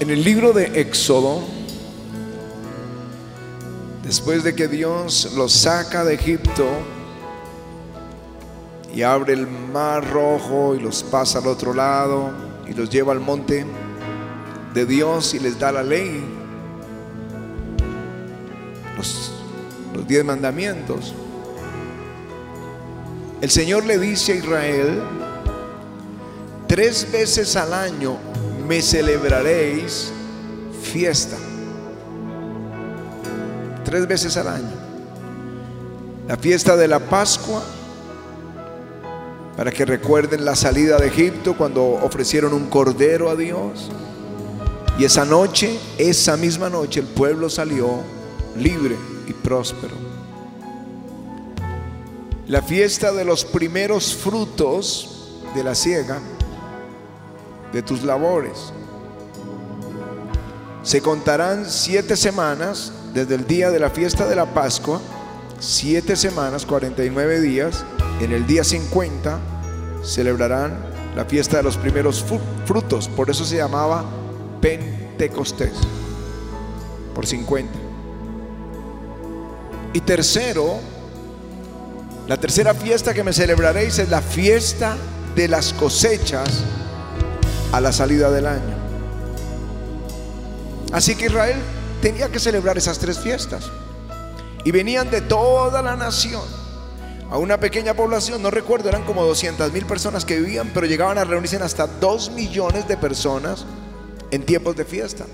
En el libro de Éxodo, después de que Dios los saca de Egipto y abre el mar rojo y los pasa al otro lado y los lleva al monte de Dios y les da la ley, los 10 mandamientos, el Señor le dice a Israel: 3 veces al año me celebraréis fiesta. 3 veces al año. La fiesta de la Pascua, para que recuerden la salida de Egipto, cuando ofrecieron un cordero a Dios. Y esa noche, esa misma noche, el pueblo salió libre y próspero. La fiesta de los primeros frutos de la siega de tus labores. Se contarán 7 semanas desde el día de la fiesta de la Pascua, 7 semanas, 49 días. En el día 50 celebrarán la fiesta de los primeros frutos. Por eso se llamaba Pentecostés, por 50. Y tercero, la tercera fiesta que me celebraréis es la fiesta de las cosechas a la salida del año. Así que Israel tenía que celebrar esas 3 fiestas. Y venían de toda la nación a una pequeña población, no recuerdo, eran como 200,000 personas que vivían, pero llegaban a reunirse hasta 2 millones de personas en tiempos de fiesta.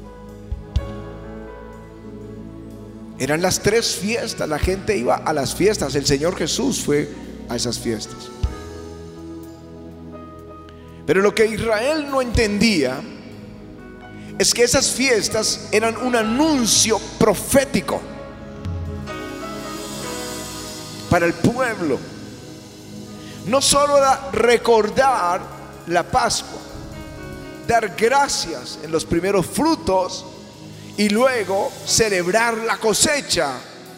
Eran las 3 fiestas, la gente iba a las fiestas. El Señor Jesús fue a esas fiestas. Pero lo que Israel no entendía es que esas fiestas eran un anuncio profético para el pueblo. No solo era recordar la Pascua, dar gracias en los primeros frutos y luego celebrar la cosecha,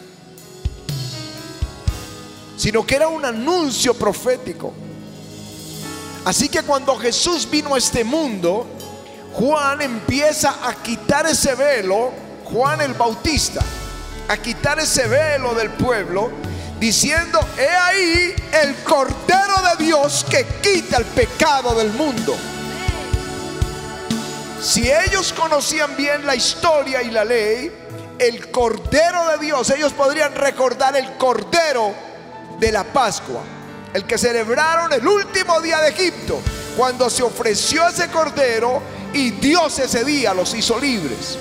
sino que era un anuncio profético. Así que cuando Jesús vino a este mundo, Juan empieza a quitar ese velo, Juan el Bautista, a quitar ese velo del pueblo, diciendo: he ahí el Cordero de Dios que quita el pecado del mundo. Si ellos conocían bien la historia y la ley, el Cordero de Dios, ellos podrían recordar el Cordero de la Pascua, el que celebraron el último día de Egipto, cuando se ofreció ese Cordero y Dios ese día los hizo libres.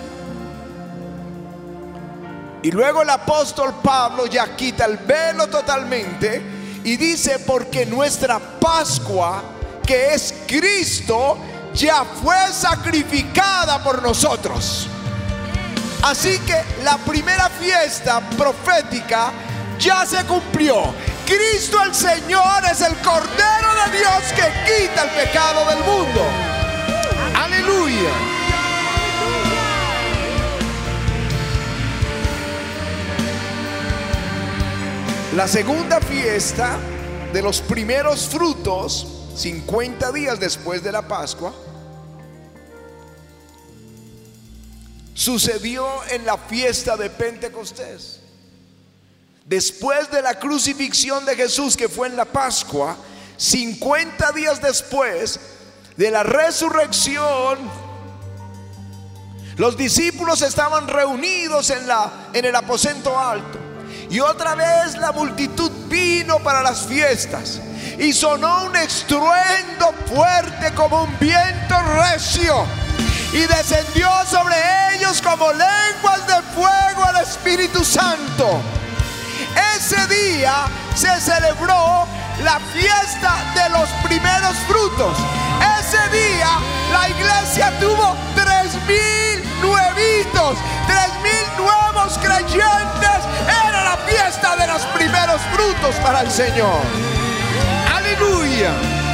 Y luego el apóstol Pablo ya quita el velo totalmente y dice: porque nuestra Pascua, que es Cristo, ya fue sacrificada por nosotros. Así que la primera fiesta profética ya se cumplió. Cristo el Señor es el Cordero de Dios que quita el pecado del mundo. Aleluya. La segunda fiesta de los primeros frutos, 50 días después de la Pascua, sucedió en la fiesta de Pentecostés. Después de la crucifixión de Jesús, que fue en la Pascua, 50 días después de la resurrección, los discípulos estaban reunidos en el aposento alto. Y otra vez la multitud vino para las fiestas. Y sonó un estruendo fuerte como un viento recio, y descendió sobre ellos como lenguas de fuego el Espíritu Santo. Ese día se celebró la fiesta de los primeros frutos. Ese día la iglesia tuvo 3,000 nuevitos, 3,000 nuevos creyentes. Era la fiesta de los primeros frutos para el Señor. Aleluya.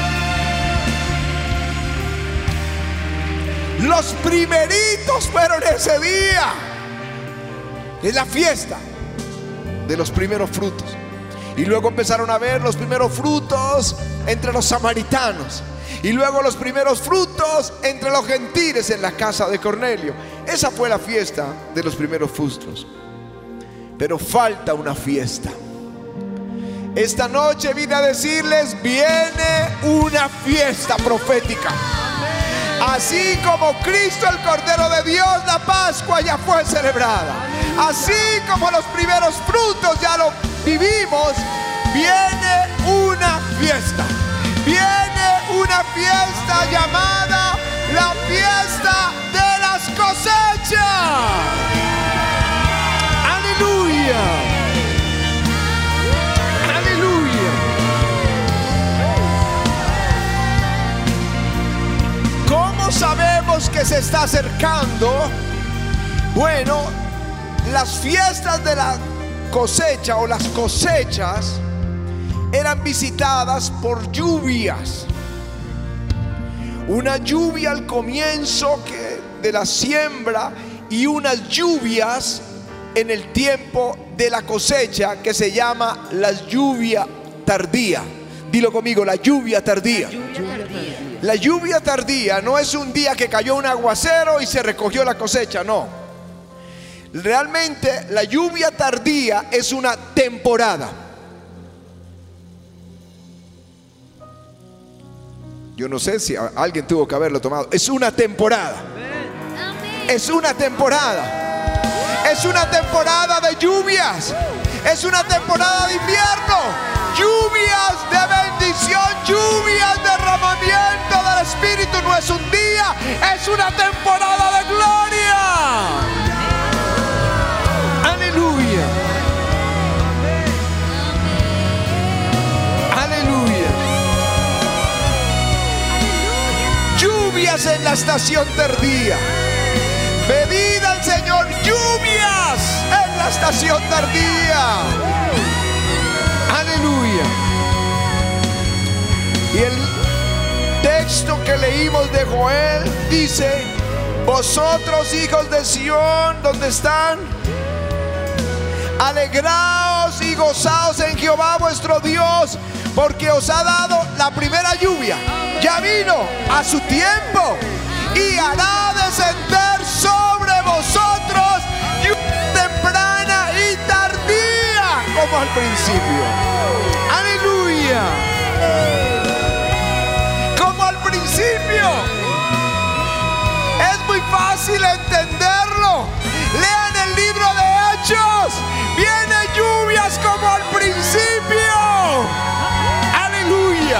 Los primeritos fueron ese día. Es la fiesta de los primeros frutos. Y luego empezaron a ver los primeros frutos entre los samaritanos. y luego los primeros frutos entre los gentiles en la casa de Cornelio. Esa fue la fiesta de los primeros frutos. Pero falta una fiesta. Esta noche vine a decirles: viene una fiesta profética. Así como Cristo, el Cordero de Dios, la Pascua ya fue celebrada, así como los primeros frutos ya lo vivimos, viene una fiesta. Viene una fiesta llamada la fiesta de las cosechas. Aleluya. Aleluya. ¿Cómo sabemos que se está acercando? Bueno, las fiestas de la cosecha o las cosechas eran visitadas por lluvias. Una lluvia al comienzo de la siembra y unas lluvias en el tiempo de la cosecha que se llama la lluvia tardía. Dilo conmigo: la lluvia tardía. La lluvia tardía no es un día que cayó un aguacero y se recogió la cosecha, no. Realmente la lluvia tardía es una temporada. Yo no sé si alguien tuvo que haberlo tomado. Es una temporada. Es una temporada. Es una temporada de lluvias. Es una temporada de invierno. Lluvias de bendición, lluvias de derramamiento del Espíritu. No es un día, es una temporada de gloria. Aleluya. Aleluya. Lluvias en la estación tardía. Pedid al Señor lluvias en la estación tardía. Aleluya. Y el texto que leímos de Joel dice: vosotros, hijos de Sión, ¿dónde están? Alegraos y gozaos en Jehová vuestro Dios, porque os ha dado la primera lluvia. Ya vino a su tiempo y hará descender sobre vosotros lluvia temprana y tardía, como al principio. Aleluya. Como al principio. Es muy fácil entenderlo. Lean el libro de Hechos. Vienen lluvias como al principio. Aleluya.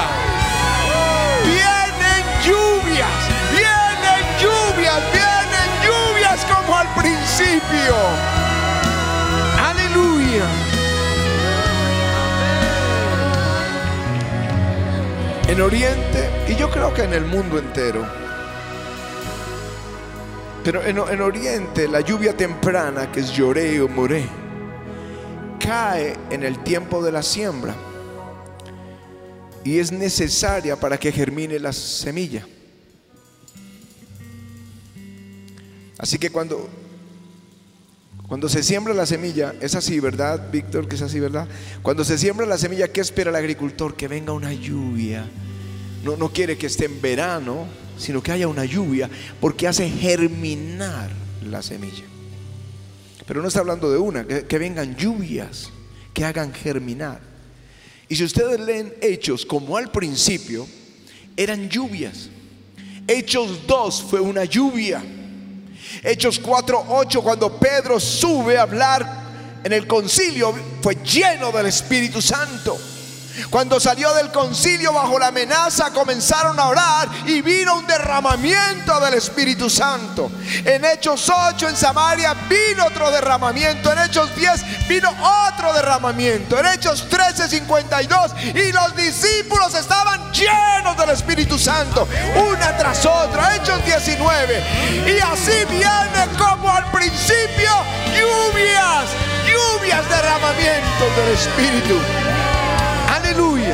Vienen lluvias. Vienen lluvias. Vienen lluvias como al principio. Aleluya. En Oriente, y yo creo que en el mundo entero, pero en Oriente la lluvia temprana, que es Yoré o Moré, cae en el tiempo de la siembra y es necesaria para que germine la semilla. Así que cuando se siembra la semilla, es así, ¿verdad, Víctor? Que es así, ¿verdad? Cuando se siembra la semilla, ¿qué espera el agricultor? Que venga una lluvia. No quiere que esté en verano, sino que haya una lluvia, porque hace germinar la semilla. Pero no está hablando de una, que vengan lluvias que hagan germinar. Y si ustedes leen Hechos, como al principio, eran lluvias. Hechos 2 fue una lluvia. Hechos 4:8, cuando Pedro sube a hablar en el concilio, fue lleno del Espíritu Santo. Cuando salió del concilio bajo la amenaza, comenzaron a orar y vino un derramamiento del Espíritu Santo. En Hechos 8 en Samaria vino otro derramamiento. En Hechos 10 vino otro derramamiento. En Hechos 13:52, y los discípulos estaban llenos del Espíritu Santo, una tras otra. Hechos 19. Y así viene como al principio lluvias, derramamientos del Espíritu. Aleluya.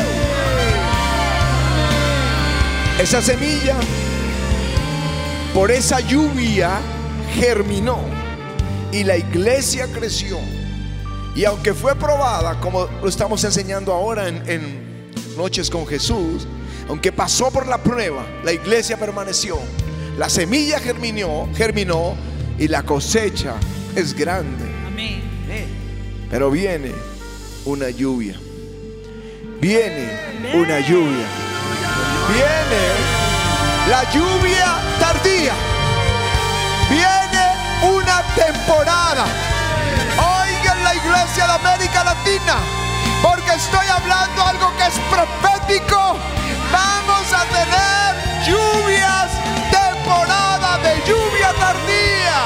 Esa semilla, por esa lluvia, germinó y la iglesia creció. Y aunque fue probada, como lo estamos enseñando ahora en Noches con Jesús, Aunque pasó por la prueba, la iglesia permaneció. La semilla germinó y la cosecha es grande. Amén. Pero viene una lluvia. Viene una lluvia. Viene la lluvia tardía. Viene una temporada. Oigan la iglesia de América Latina, porque estoy hablando algo que es profético. Vamos a tener lluvias, temporada de lluvia tardía.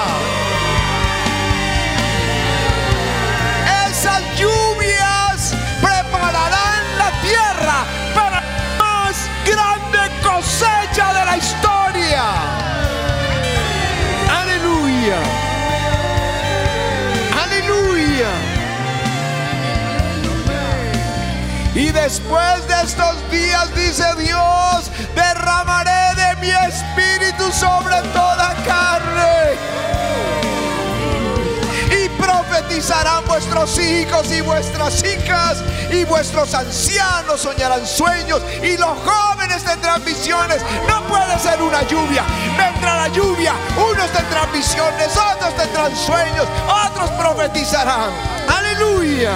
Esas lluvias prepararán la tierra para la más grande cosecha de la historia. Aleluya. Aleluya. Y después de estos días, dice Dios, derramaré de mi espíritu sobre toda carne. Y profetizarán vuestros hijos y vuestras hijas, y vuestros ancianos soñarán sueños, y los jóvenes tendrán visiones. No puede ser una lluvia. Vendrá la lluvia, unos tendrán visiones, otros tendrán sueños, otros profetizarán. Aleluya.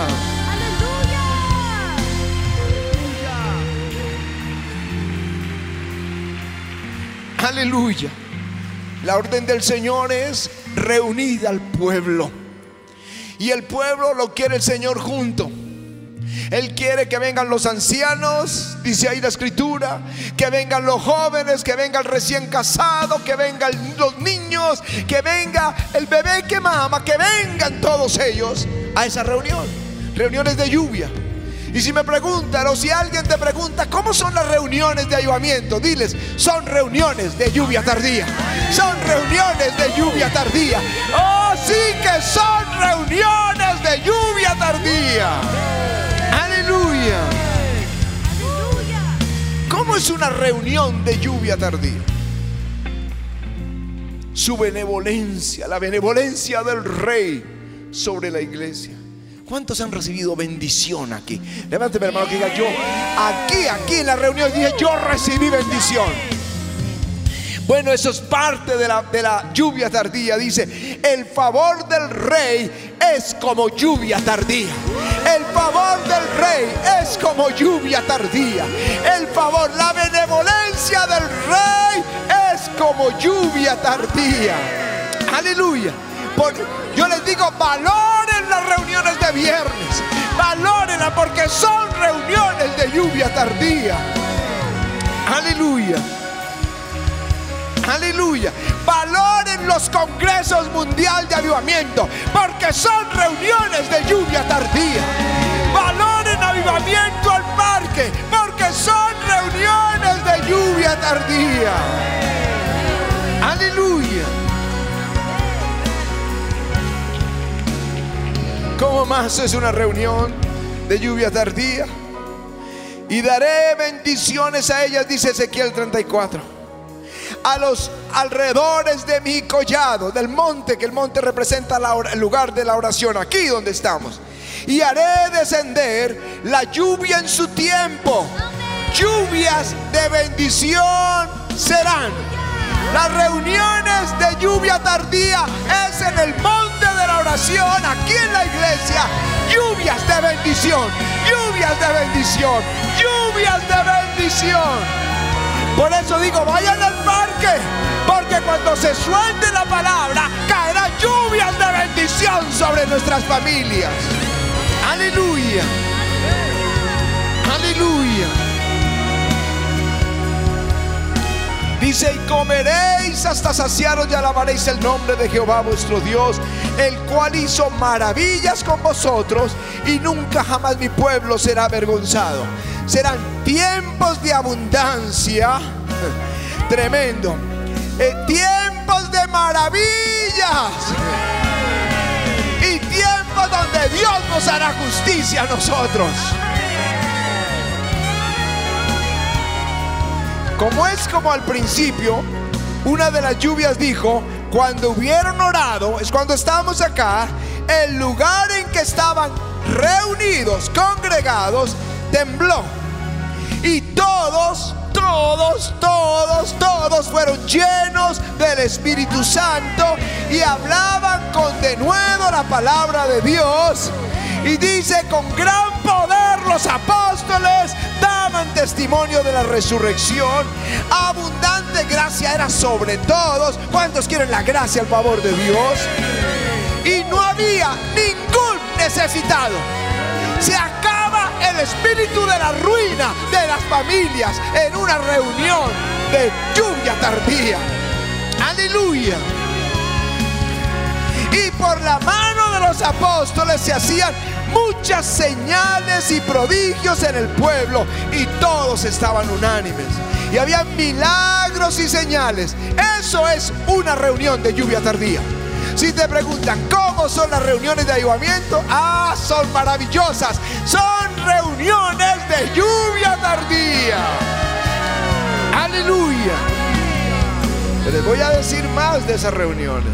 Aleluya. La orden del Señor es reunir al pueblo. Y el pueblo lo quiere el Señor junto. Él quiere que vengan los ancianos, dice ahí la escritura, que vengan los jóvenes, que venga el recién casado, que vengan los niños, que venga el bebé que mama, que vengan todos ellos a esa reunión. Reuniones de lluvia. Y si me preguntan, o si alguien te pregunta, ¿cómo son las reuniones de avivamiento? Diles, son reuniones de lluvia tardía. Son reuniones de lluvia tardía. Oh, sí que son reuniones de lluvia tardía. Aleluya. ¿Cómo es una reunión de lluvia tardía? Su benevolencia, la benevolencia del Rey sobre la iglesia. ¿Cuántos han recibido bendición aquí? Levánteme, hermano, que diga: yo aquí en la reunión dije, yo recibí bendición. Bueno, eso es parte de la lluvia tardía. Dice: el favor del Rey es como lluvia tardía. El favor del Rey es como lluvia tardía. El favor, la benevolencia del Rey es como lluvia tardía. Aleluya. Yo les digo, valoren las reuniones de viernes. Valórenlas, porque son reuniones de lluvia tardía. Aleluya. Aleluya. Valoren los congresos mundial de avivamiento, porque son reuniones de lluvia tardía. Valoren Avivamiento al Parque, porque son reuniones de lluvia tardía. Aleluya. ¿Cómo más es una reunión de lluvia tardía? Y daré bendiciones a ellas, dice Ezequiel 34, a los alrededores de mi collado, del monte, que el monte representa el lugar de la oración, aquí donde estamos. Y haré descender la lluvia en su tiempo. Lluvias de bendición serán. Las reuniones de lluvia tardía es en el monte de la oración, aquí en la iglesia. Lluvias de bendición, lluvias de bendición, lluvias de bendición. Por eso digo, vayan al parque, porque cuando se suelte la palabra, caerán lluvias de bendición sobre nuestras familias. Aleluya. Aleluya. Dice: y comeréis hasta saciaros y alabaréis el nombre de Jehová vuestro Dios, el cual hizo maravillas con vosotros, y nunca jamás mi pueblo será avergonzado. Serán tiempos de abundancia, tremendo, tiempos de maravillas, y tiempos donde Dios nos hará justicia a nosotros. Como al principio, una de las lluvias dijo: cuando hubieron orado, es cuando estábamos acá, el lugar en que estaban reunidos, congregados, tembló. Y todos todos fueron llenos del Espíritu Santo y hablaban con denuedo la palabra de Dios. Y dice, con gran poder los apóstoles daban testimonio de la resurrección. Abundante gracia era sobre todos. ¿Cuántos quieren la gracia, el favor de Dios? Y no había ningún necesitado. Se acaba el espíritu de la ruina de las familias en una reunión de lluvia tardía. Aleluya. Y por la mano de los apóstoles se hacían muchas señales y prodigios en el pueblo, y todos estaban unánimes. Y había milagros y señales. Eso es una reunión de lluvia tardía. Si te preguntan cómo son las reuniones de avivamiento, son maravillosas. Son reuniones de lluvia tardía. Aleluya. Les voy a decir más de esas reuniones.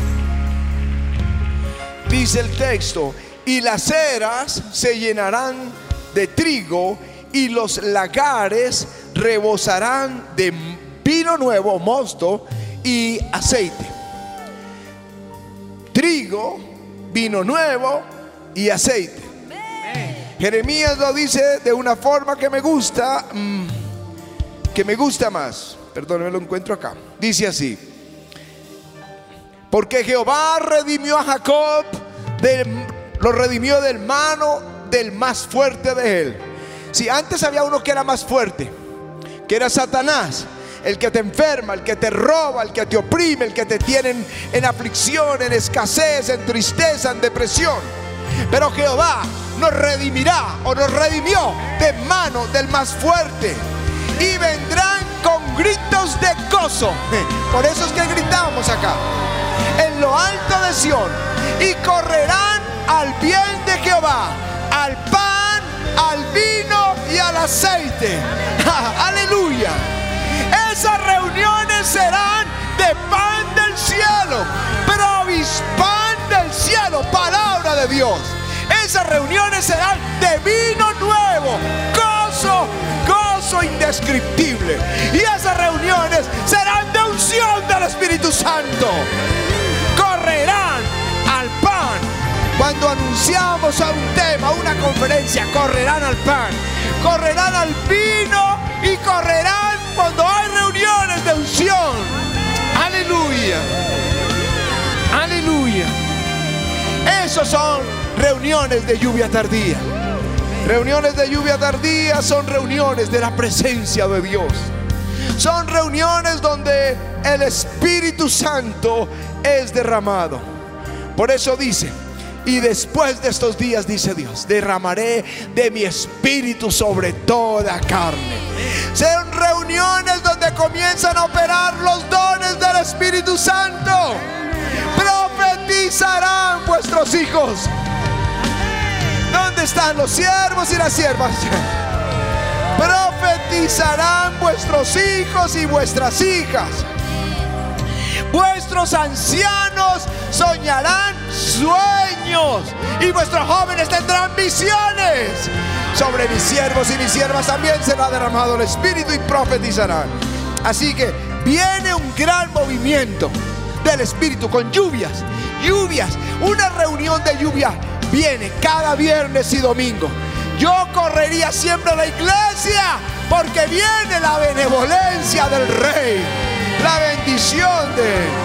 Dice el texto: y las eras se llenarán de trigo, y los lagares rebosarán de vino nuevo, mosto y aceite. Trigo, vino nuevo y aceite. Jeremías lo dice de una forma que me gusta más. Perdón, me lo encuentro acá. Dice así: porque Jehová redimió a Jacob, lo redimió del mano del más fuerte de él. Si antes había uno que era más fuerte, que era Satanás, el que te enferma, el que te roba, el que te oprime, el que te tiene en aflicción, en escasez, en tristeza, en depresión. Pero Jehová nos redimirá, o nos redimió de mano del más fuerte, y vendrán con gritos de gozo. Por eso es que gritamos acá en lo alto de Sión, y correrán al bien de Jehová, al pan, al vino y al aceite. Aleluya. Esas reuniones serán de pan del cielo, pan del cielo, palabra de Dios. Esas reuniones serán de vino nuevo, gozo indescriptible. Y esas reuniones serán de unción del Espíritu Santo. Correrán al pan. Cuando anunciamos a un tema, a una conferencia, correrán al pan, correrán al vino y correrán cuando hay reuniones de unción. Aleluya. Aleluya. Esos son reuniones de lluvia tardía. Reuniones de lluvia tardía son reuniones de la presencia de Dios. Son reuniones donde el Espíritu Santo es derramado. Por eso dice: y después de estos días, dice Dios, derramaré de mi espíritu sobre toda carne. Son reuniones donde comienzan a operar los dones del Espíritu Santo. Profetizarán vuestros hijos. ¿Dónde están los siervos y las siervas? Profetizarán vuestros hijos y vuestras hijas. Vuestros ancianos soñarán sueños, y vuestros jóvenes tendrán visiones. Sobre mis siervos y mis siervas también será derramado el Espíritu, y profetizarán. Así que viene un gran movimiento del Espíritu con lluvias. Una reunión de lluvia viene cada viernes y domingo. Yo correría siempre a la iglesia, porque viene la benevolencia del Rey, la bendición de Él.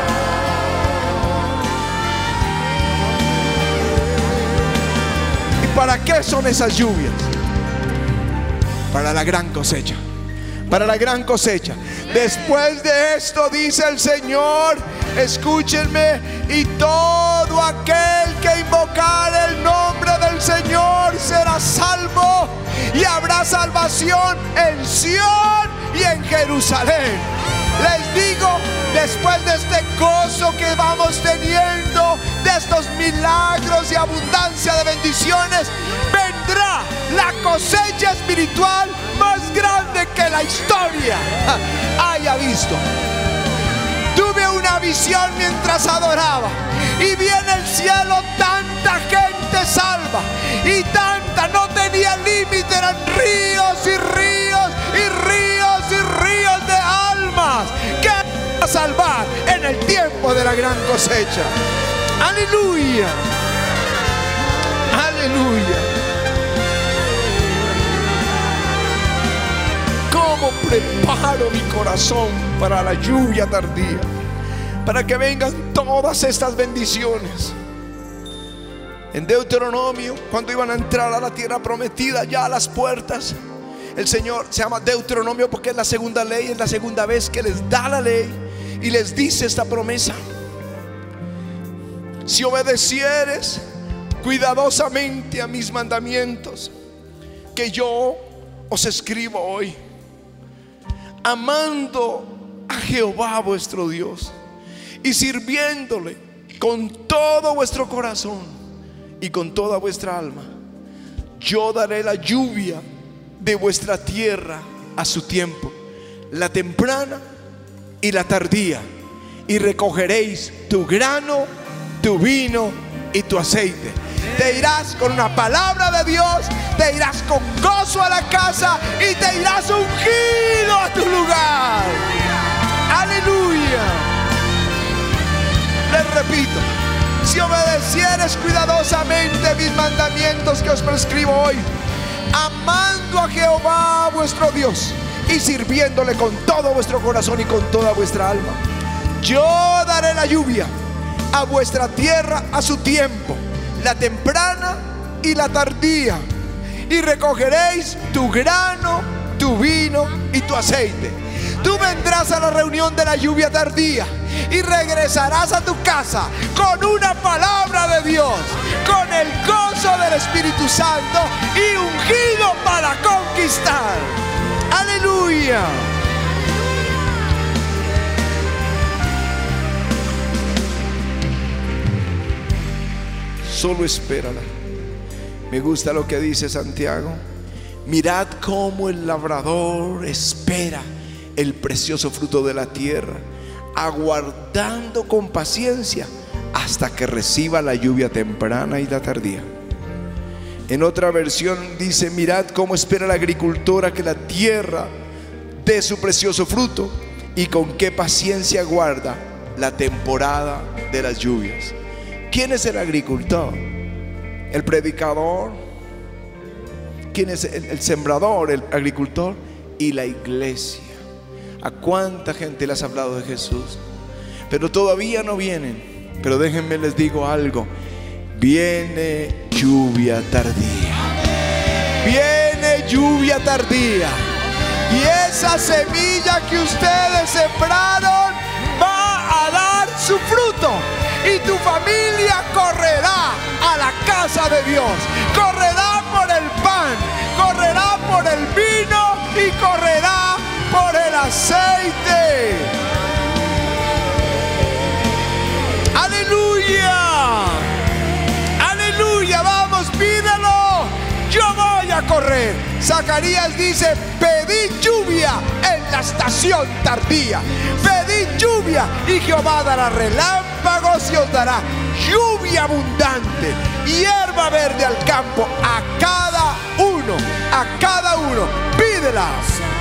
¿Y para qué son esas lluvias? Para la gran cosecha. Para la gran cosecha. Después de esto, dice el Señor, escúchenme: y todo aquel que invocare el nombre del Señor será salvo, y habrá salvación en Sión y en Jerusalén. Les digo, después de este gozo que vamos teniendo, de estos milagros y abundancia de bendiciones, vendrá la cosecha espiritual más grande que la historia haya visto. Tuve una visión mientras adoraba, y vi en el cielo tanta gente salva, y tanta, no tenía límite, eran ríos y ríos y ríos y ríos la gran cosecha. Aleluya. Aleluya. ¿Cómo preparo mi corazón para la lluvia tardía? Para que vengan todas estas bendiciones. En Deuteronomio, cuando iban a entrar a la tierra prometida, ya a las puertas, el Señor se llama Deuteronomio porque es la segunda ley, es la segunda vez que les da la ley y les dice esta promesa: si obedecieres cuidadosamente a mis mandamientos que yo os escribo hoy, amando a Jehová vuestro Dios y sirviéndole con todo vuestro corazón y con toda vuestra alma, yo daré la lluvia de vuestra tierra a su tiempo, la temprana y la tardía, y recogeréis tu grano, tu vino y tu aceite. Te irás con una palabra de Dios, te irás con gozo a la casa y te irás ungido a tu lugar. Aleluya. Les repito: si obedecieres cuidadosamente mis mandamientos que os prescribo hoy, amando a Jehová vuestro Dios y sirviéndole con todo vuestro corazón y con toda vuestra alma, yo daré la lluvia a vuestra tierra a su tiempo, la temprana y la tardía, y recogeréis tu grano, tu vino y tu aceite. Tú vendrás a la reunión de la lluvia tardía y regresarás a tu casa con una palabra de Dios, con el gozo del Espíritu Santo y ungido para conquistar. Aleluya. Solo espérala. Me gusta lo que dice Santiago: mirad cómo el labrador espera el precioso fruto de la tierra, aguardando con paciencia hasta que reciba la lluvia temprana y la tardía. En otra versión dice: mirad cómo espera el agricultor a que la tierra dé su precioso fruto y con qué paciencia guarda la temporada de las lluvias. ¿Quién es el agricultor? ¿El predicador? ¿Quién es el sembrador? El agricultor. Y la iglesia. ¿A cuánta gente le has hablado de Jesús? Pero todavía no vienen. Pero déjenme les digo algo: viene lluvia tardía. Viene lluvia tardía. Y esa semilla que ustedes sembraron va a dar su fruto. Y tu familia correrá a la casa de Dios. Correrá por el pan, correrá por el vino y correrá por el aceite. Aleluya. Aleluya. Vamos, pídelo. Yo voy a correr. Zacarías dice: pedid lluvia en la estación tardía. Pedid lluvia y Jehová dará relámpagos y os dará lluvia abundante, hierba verde al campo a cada uno. A cada uno. Pídela.